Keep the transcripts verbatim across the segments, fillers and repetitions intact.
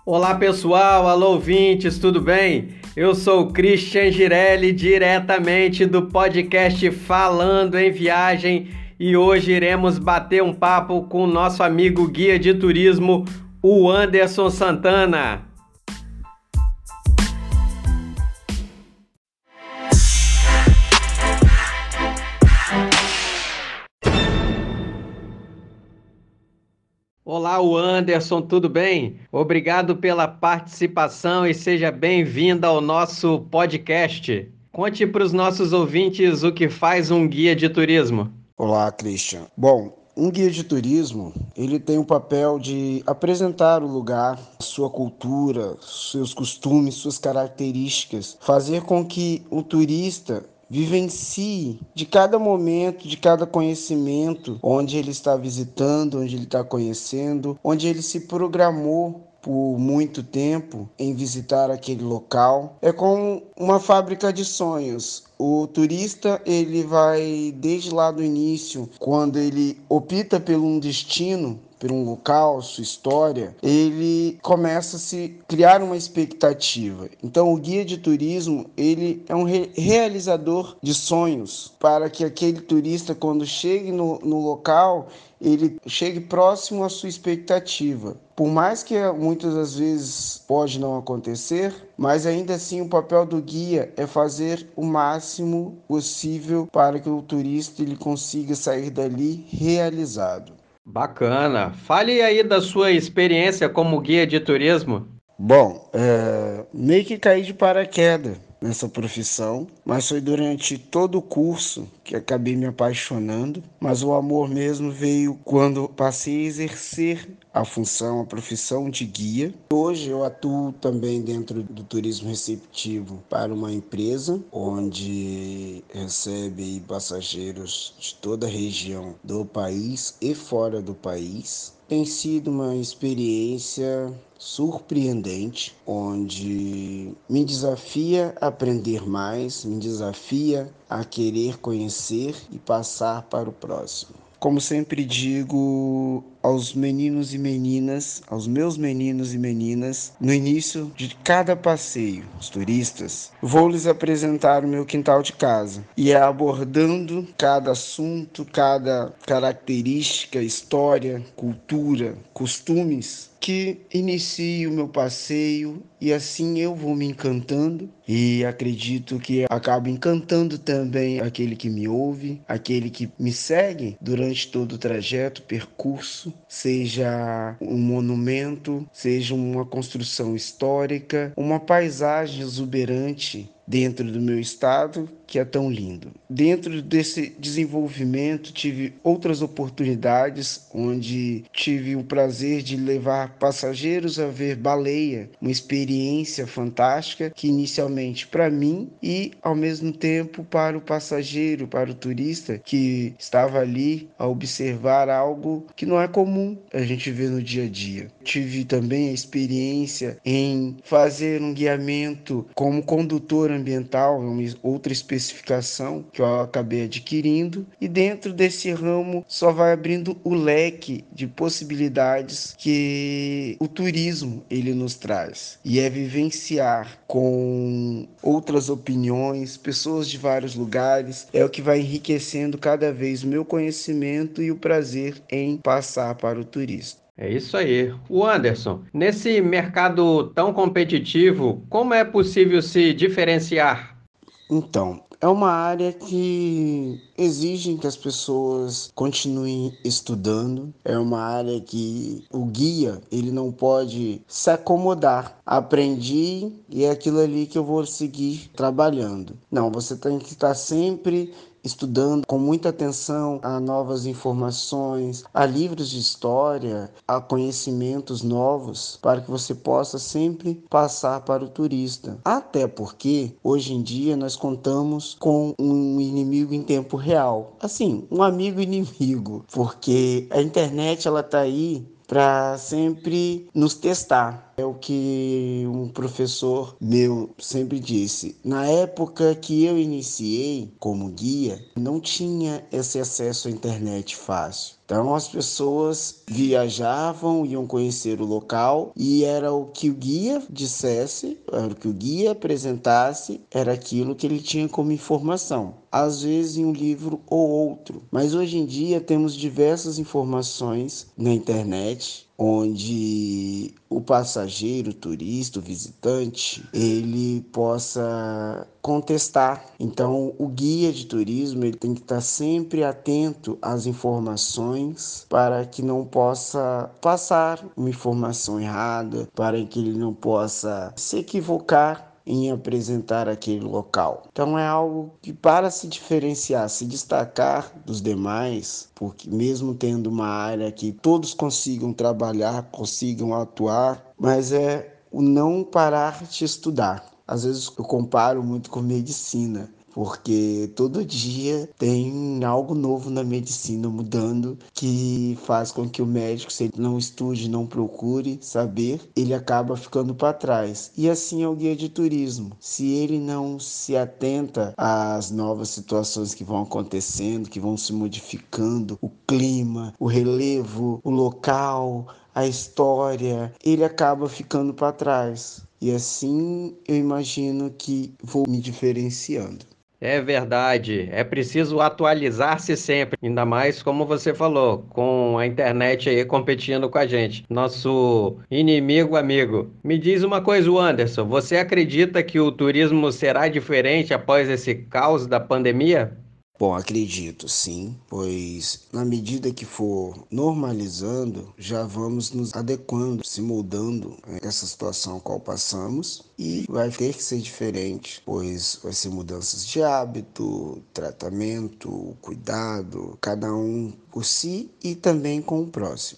Olá pessoal, alô ouvintes, tudo bem? Eu sou o Christian Girelli, diretamente do podcast Falando em Viagem, e hoje iremos bater um papo com o nosso amigo guia de turismo, o Anderson Santana. Olá, o Anderson, tudo bem? Obrigado pela participação e seja bem-vindo ao nosso podcast. Conte para os nossos ouvintes o que faz um guia de turismo. Olá, Christian. Bom, um guia de turismo, ele tem o papel de apresentar o lugar, sua cultura, seus costumes, suas características, fazer com que o turista vivencie de cada momento, de cada conhecimento, onde ele está visitando, onde ele está conhecendo, onde ele se programou por muito tempo em visitar aquele local. É como uma fábrica de sonhos. O turista, ele vai desde lá do início, quando ele opta por um destino, por um local, sua história, ele começa a se criar uma expectativa. Então, o guia de turismo, ele é um re- realizador de sonhos para que aquele turista, quando chegue no, no local, ele chegue próximo à sua expectativa. Por mais que muitas das vezes pode não acontecer, mas ainda assim o papel do guia é fazer o máximo possível para que o turista ele consiga sair dali realizado. Bacana. Fale aí da sua experiência como guia de turismo. Bom, é, meio que caí de paraquedas nessa profissão, mas foi durante todo o curso que acabei me apaixonando, mas o amor mesmo veio quando passei a exercer a função, a profissão de guia. Hoje eu atuo também dentro do turismo receptivo para uma empresa, onde recebe passageiros de toda a região do país e fora do país. Tem sido uma experiência surpreendente, onde me desafia a aprender mais, me desafia a querer conhecer e passar para o próximo. Como sempre digo aos meninos e meninas, aos meus meninos e meninas, no início de cada passeio, os turistas, vou lhes apresentar o meu quintal de casa e é abordando cada assunto, cada característica, história, cultura, costumes, que inicio o meu passeio e assim eu vou me encantando e acredito que acabo encantando também aquele que me ouve, aquele que me segue durante todo o trajeto, percurso, seja um monumento, seja uma construção histórica, uma paisagem exuberante dentro do meu estado, que é tão lindo. Dentro desse desenvolvimento, tive outras oportunidades, onde tive o prazer de levar passageiros a ver baleia, uma experiência fantástica, que inicialmente para mim e, ao mesmo tempo, para o passageiro, para o turista, que estava ali a observar algo que não é comum a gente ver no dia a dia. Tive também a experiência em fazer um guiamento como condutor ambiental, uma outra especificação que eu acabei adquirindo, e dentro desse ramo só vai abrindo o leque de possibilidades que o turismo ele nos traz, e é vivenciar com outras opiniões, pessoas de vários lugares, é o que vai enriquecendo cada vez o meu conhecimento e o prazer em passar para o turista. É isso aí. O Anderson, nesse mercado tão competitivo, como é possível se diferenciar? Então, é uma área que exige que as pessoas continuem estudando. É uma área que o guia, ele não pode se acomodar. Aprendi e é aquilo ali que eu vou seguir trabalhando. Não, você tem que estar sempre estudando com muita atenção a novas informações, a livros de história, a conhecimentos novos, para que você possa sempre passar para o turista. Até porque, hoje em dia, nós contamos com um inimigo em tempo real. Assim, um amigo inimigo, porque a internet ela está aí para sempre nos testar. É o que um professor meu sempre disse. Na época que eu iniciei como guia, não tinha esse acesso à internet fácil. Então as pessoas viajavam, iam conhecer o local e era o que o guia dissesse, era o que o guia apresentasse, era aquilo que ele tinha como informação. Às vezes em um livro ou outro. Mas hoje em dia temos diversas informações na internet, onde o passageiro, o turista, o visitante, ele possa contestar. Então, o guia de turismo ele tem que estar sempre atento às informações para que não possa passar uma informação errada, para que ele não possa se equivocar em apresentar aquele local. Então é algo que, para se diferenciar, se destacar dos demais, porque mesmo tendo uma área que todos consigam trabalhar, consigam atuar, mas é o não parar de estudar. Às vezes eu comparo muito com medicina, porque todo dia tem algo novo na medicina mudando que faz com que o médico, se ele não estude, não procure saber, ele acaba ficando para trás. E assim é o guia de turismo. Se ele não se atenta às novas situações que vão acontecendo, que vão se modificando, o clima, o relevo, o local, a história, ele acaba ficando para trás. E assim eu imagino que vou me diferenciando. É verdade, é preciso atualizar-se sempre, ainda mais como você falou, com a internet aí competindo com a gente, nosso inimigo amigo. Me diz uma coisa, Anderson, você acredita que o turismo será diferente após esse caos da pandemia? Bom, acredito sim, pois na medida que for normalizando, já vamos nos adequando, se moldando a essa situação a qual passamos e vai ter que ser diferente, pois vai ser mudanças de hábito, tratamento, cuidado, cada um por si e também com o próximo,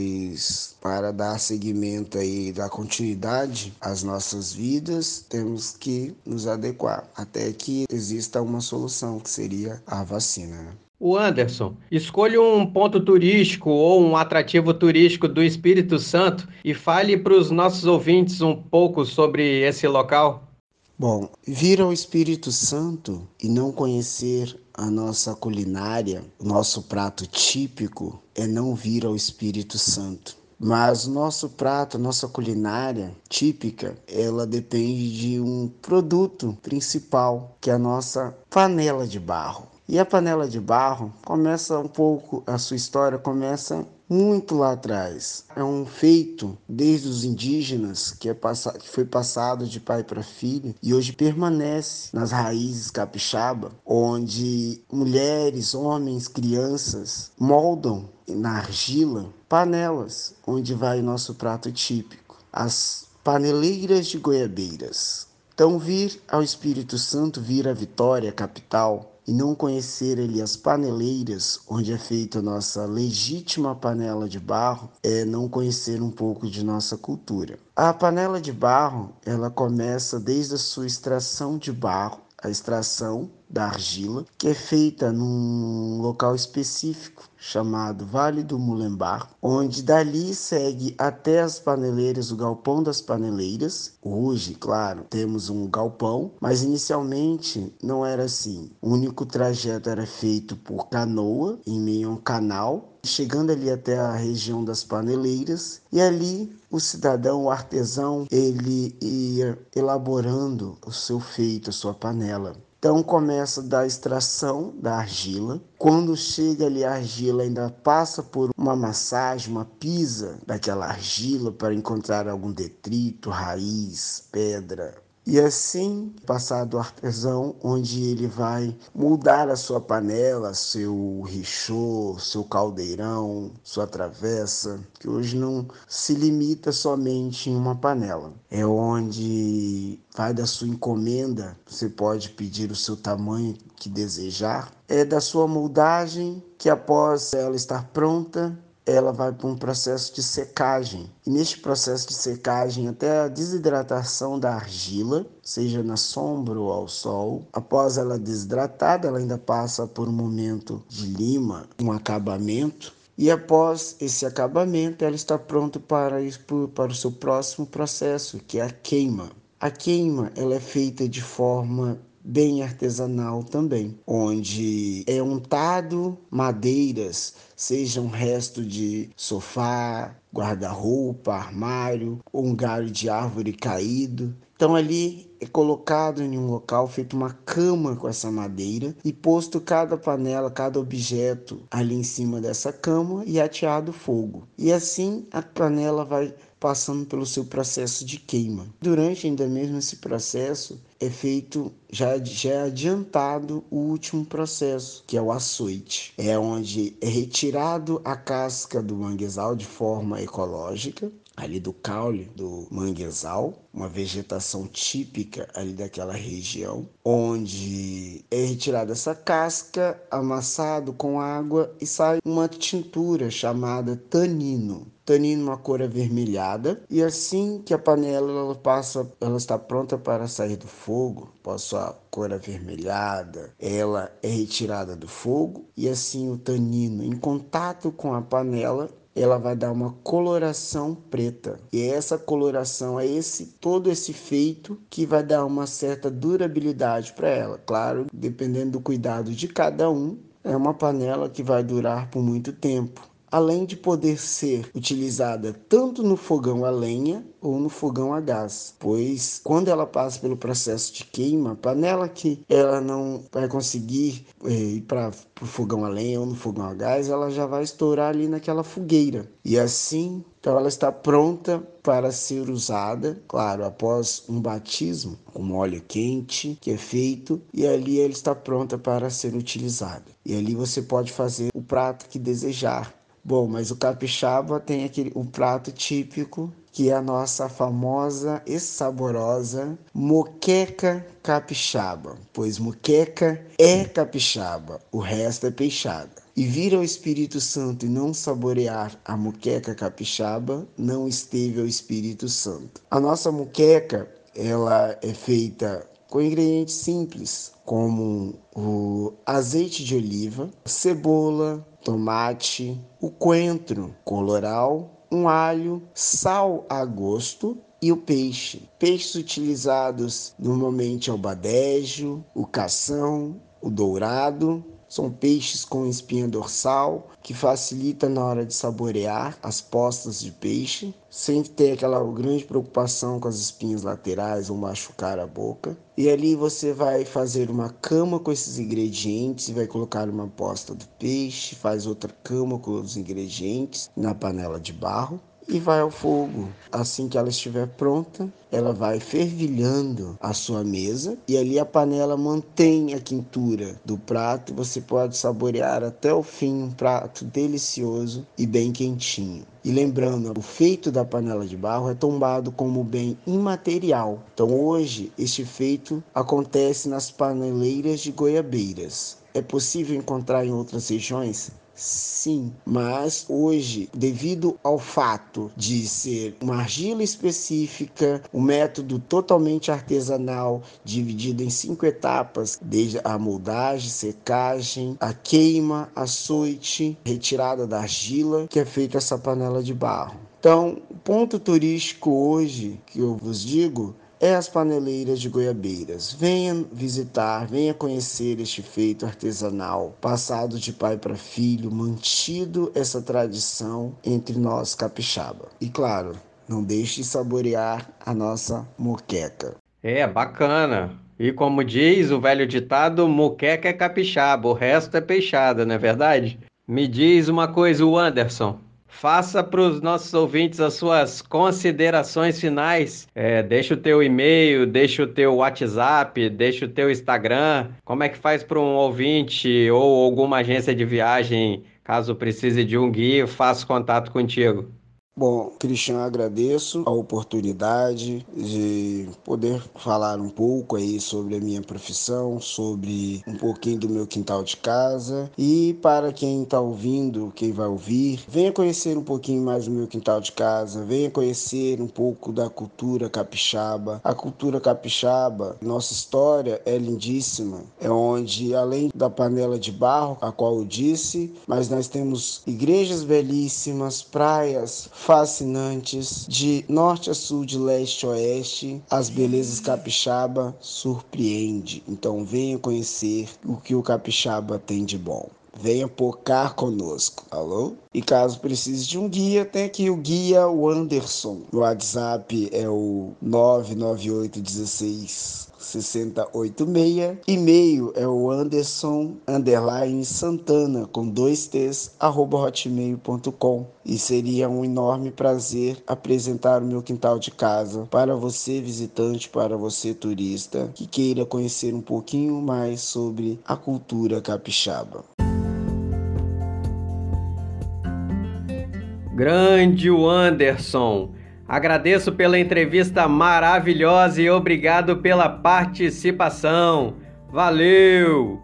pois para dar seguimento aí, dar continuidade às nossas vidas, temos que nos adequar até que exista uma solução, que seria a vacina, né? O Anderson, escolha um ponto turístico ou um atrativo turístico do Espírito Santo e fale para os nossos ouvintes um pouco sobre esse local. Bom, vir ao Espírito Santo e não conhecer a nossa culinária, o nosso prato típico, é não vir ao Espírito Santo. Mas o nosso prato, nossa culinária típica, ela depende de um produto principal, que é a nossa panela de barro. E a panela de barro começa um pouco, a sua história começa muito lá atrás. É um feito desde os indígenas que, é pass... que foi passado de pai para filho e hoje permanece nas raízes capixaba, onde mulheres, homens, crianças moldam na argila panelas onde vai o nosso prato típico, as paneleiras de goiabeiras. Então, vir ao Espírito Santo, vir à Vitória, capital, e não conhecer ali as paneleiras, onde é feita a nossa legítima panela de barro, é não conhecer um pouco de nossa cultura. A panela de barro, ela começa desde a sua extração de barro, a extração da argila, que é feita num local específico chamado Vale do Mulembar, onde dali segue até as paneleiras, o galpão das paneleiras. Hoje, claro, temos um galpão, mas inicialmente não era assim. O único trajeto era feito por canoa, em meio a um canal, chegando ali até a região das paneleiras, e ali o cidadão, o artesão, ele ia elaborando o seu feito, a sua panela. Então começa da extração da argila. Quando chega ali a argila, ainda passa por uma massagem, uma pisa daquela argila para encontrar algum detrito, raiz, pedra. E assim, passado o artesão, onde ele vai moldar a sua panela, seu richô, seu caldeirão, sua travessa, que hoje não se limita somente em uma panela. É onde vai da sua encomenda, você pode pedir o seu tamanho que desejar. É da sua moldagem, que após ela estar pronta, ela vai para um processo de secagem. E neste processo de secagem, até a desidratação da argila, seja na sombra ou ao sol, após ela desidratada, ela ainda passa por um momento de lima, um acabamento, E após esse acabamento, ela está pronta para, para o seu próximo processo, que é a queima. A queima ela é feita de forma bem artesanal também, onde é untado madeiras, seja um resto de sofá, guarda-roupa, armário, ou um galho de árvore caído. Então ali é colocado em um local, feito uma cama com essa madeira e posto cada panela, cada objeto ali em cima dessa cama e ateado fogo. E assim a panela vai passando pelo seu processo de queima. Durante ainda mesmo esse processo é feito, já, já é adiantado o último processo, que é o açoite. É onde é retirado a casca do manguezal de forma ecológica, ali do caule do manguezal, uma vegetação típica ali daquela região, onde é retirada essa casca, amassado com água e sai uma tintura chamada tanino. Tanino, uma cor avermelhada, e assim que a panela ela passa, ela está pronta para sair do fogo, após sua cor avermelhada, ela é retirada do fogo e assim o tanino, em contato com a panela, ela vai dar uma coloração preta. E essa coloração é esse todo esse feito que vai dar uma certa durabilidade para ela. Claro, dependendo do cuidado de cada um, é uma panela que vai durar por muito tempo. Além de poder ser utilizada tanto no fogão a lenha ou no fogão a gás, pois quando ela passa pelo processo de queima, a panela que ela não vai conseguir eh, ir para o fogão a lenha ou no fogão a gás, ela já vai estourar ali naquela fogueira. E assim, então ela está pronta para ser usada, claro, após um batismo com óleo quente que é feito, e ali ela está pronta para ser utilizada. E ali você pode fazer o prato que desejar. Bom, mas o capixaba tem aquele um prato típico que é a nossa famosa e saborosa moqueca capixaba, pois moqueca é capixaba, o resto é peixada. E vir ao Espírito Santo e não saborear a moqueca capixaba, não esteve ao Espírito Santo. A nossa moqueca, ela é feita com ingredientes simples, como o azeite de oliva, cebola, tomate, o coentro coloral, um alho, sal a gosto e o peixe. Peixes utilizados normalmente é o badejo, o cação, o dourado. São peixes com espinha dorsal, que facilita na hora de saborear as postas de peixe, sem ter aquela grande preocupação com as espinhas laterais ou machucar a boca. E ali você vai fazer uma cama com esses ingredientes e vai colocar uma posta do peixe, faz outra cama com os ingredientes na panela de barro e vai ao fogo. Assim que ela estiver pronta, ela vai fervilhando a sua mesa e ali a panela mantém a quentura do prato e você pode saborear até o fim um prato delicioso e bem quentinho. E lembrando, o feito da panela de barro é tombado como bem imaterial. Então hoje este feito acontece nas paneleiras de goiabeiras. É possível encontrar em outras regiões? Sim, mas hoje, devido ao fato de ser uma argila específica, um método totalmente artesanal, dividido em cinco etapas, desde a moldagem, secagem, a queima, açoite, retirada da argila, que é feita essa panela de barro. Então, o ponto turístico hoje, que eu vos digo, é as paneleiras de goiabeiras. Venha visitar, venha conhecer este feito artesanal, passado de pai para filho, mantido essa tradição entre nós capixaba. E claro, não deixe de saborear a nossa moqueca. É, bacana. E como diz o velho ditado, muqueca é capixaba, o resto é peixada, não é verdade? Me diz uma coisa, o Anderson. Faça para os nossos ouvintes as suas considerações finais. É, deixa o teu e-mail, deixa o teu WhatsApp, deixa o teu Instagram. Como é que faz para um ouvinte ou alguma agência de viagem, caso precise de um guia, faça contato contigo? Bom, Cristian, agradeço a oportunidade de poder falar um pouco aí sobre a minha profissão, sobre um pouquinho do meu quintal de casa. E para quem está ouvindo, quem vai ouvir, venha conhecer um pouquinho mais do meu quintal de casa, venha conhecer um pouco da cultura capixaba. A cultura capixaba, nossa história é lindíssima, é onde, além da panela de barro, a qual eu disse, mas nós temos igrejas belíssimas, praias fascinantes, de norte a sul, de leste a oeste. As belezas capixaba surpreende. Então venha conhecer o que o capixaba tem de bom. Venha pocar conosco, alô? E caso precise de um guia, tem aqui o guia Anderson. O WhatsApp é o nove nove oito um seis seis zero oito seis. E-mail é o Anderson underline Santana com dois T's arroba hotmail ponto com. E seria um enorme prazer apresentar o meu quintal de casa para você visitante, para você turista que queira conhecer um pouquinho mais sobre a cultura capixaba. Grande Anderson, agradeço pela entrevista maravilhosa e obrigado pela participação. Valeu!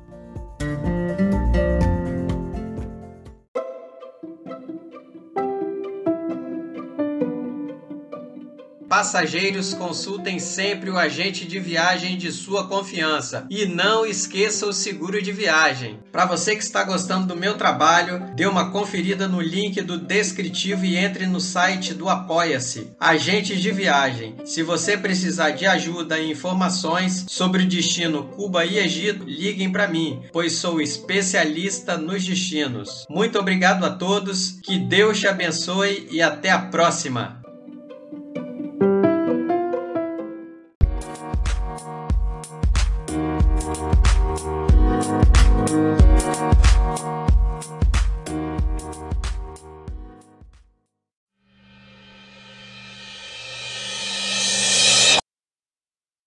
Passageiros, consultem sempre o agente de viagem de sua confiança e não esqueça o seguro de viagem. Para você que está gostando do meu trabalho, dê uma conferida no link do descritivo e entre no site do Apoia-se. Agentes de viagem. Se você precisar de ajuda e informações sobre o destino Cuba e Egito, liguem para mim, pois sou especialista nos destinos. Muito obrigado a todos, que Deus te abençoe e até a próxima!